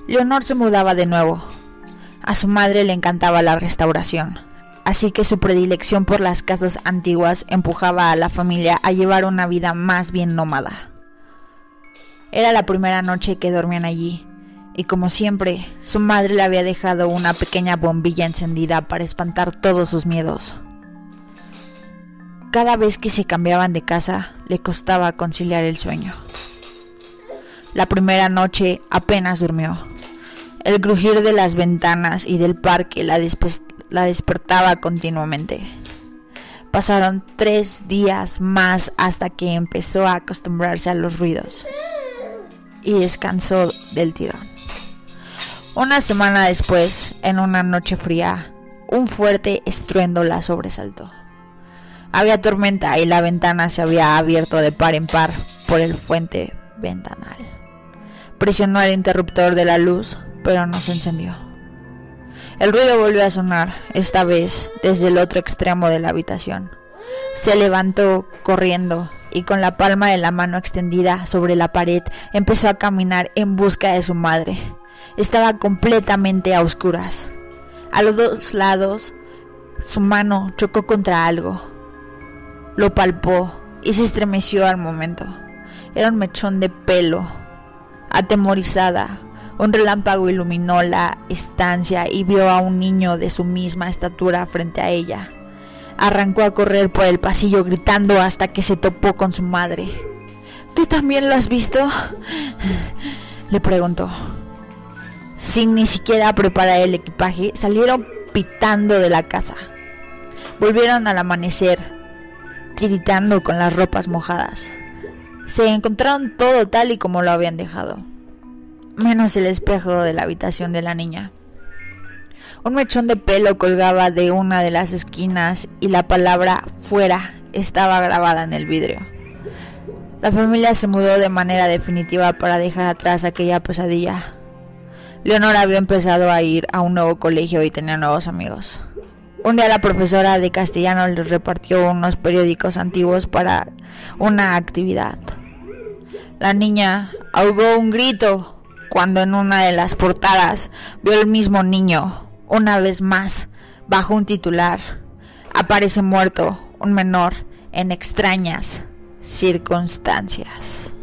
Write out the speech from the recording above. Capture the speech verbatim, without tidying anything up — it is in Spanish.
Leonor se mudaba de nuevo. A su madre le encantaba la restauración, así que su predilección por las casas antiguas empujaba a la familia a llevar una vida más bien nómada. Era la primera noche que dormían allí, y como siempre, su madre le había dejado una pequeña bombilla encendida para espantar todos sus miedos. Cada vez que se cambiaban de casa, le costaba conciliar el sueño. La primera noche apenas durmió. El crujir de las ventanas y del parque la, despe- la despertaba continuamente. Pasaron tres días más hasta que empezó a acostumbrarse a los ruidos y descansó del tirón. Una semana después, en una noche fría, un fuerte estruendo la sobresaltó. Había tormenta y la ventana se había abierto de par en par por el fuente ventanal. Presionó el interruptor de la luz, pero no se encendió. El ruido volvió a sonar, esta vez desde el otro extremo de la habitación. Se levantó corriendo y con la palma de la mano extendida sobre la pared empezó a caminar en busca de su madre. Estaba completamente a oscuras. A los dos lados, su mano chocó contra algo. Lo palpó y se estremeció al momento. Era un mechón de pelo. Atemorizada, un relámpago iluminó la estancia y vio a un niño de su misma estatura frente a ella. Arrancó a correr por el pasillo gritando hasta que se topó con su madre. ¿Tú también lo has visto?, le preguntó. Sin ni siquiera preparar el equipaje, salieron pitando de la casa. Volvieron al amanecer, tiritando con las ropas mojadas. Se encontraron todo tal y como lo habían dejado, menos el espejo de la habitación de la niña. Un mechón de pelo colgaba de una de las esquinas y la palabra fuera estaba grabada en el vidrio. La familia se mudó de manera definitiva para dejar atrás aquella pesadilla. Leonor había empezado a ir a un nuevo colegio y tenía nuevos amigos. Un día la profesora de castellano les repartió unos periódicos antiguos para una actividad. La niña ahogó un grito cuando en una de las portadas vio el mismo niño, una vez más, bajo un titular: aparece muerto un menor en extrañas circunstancias.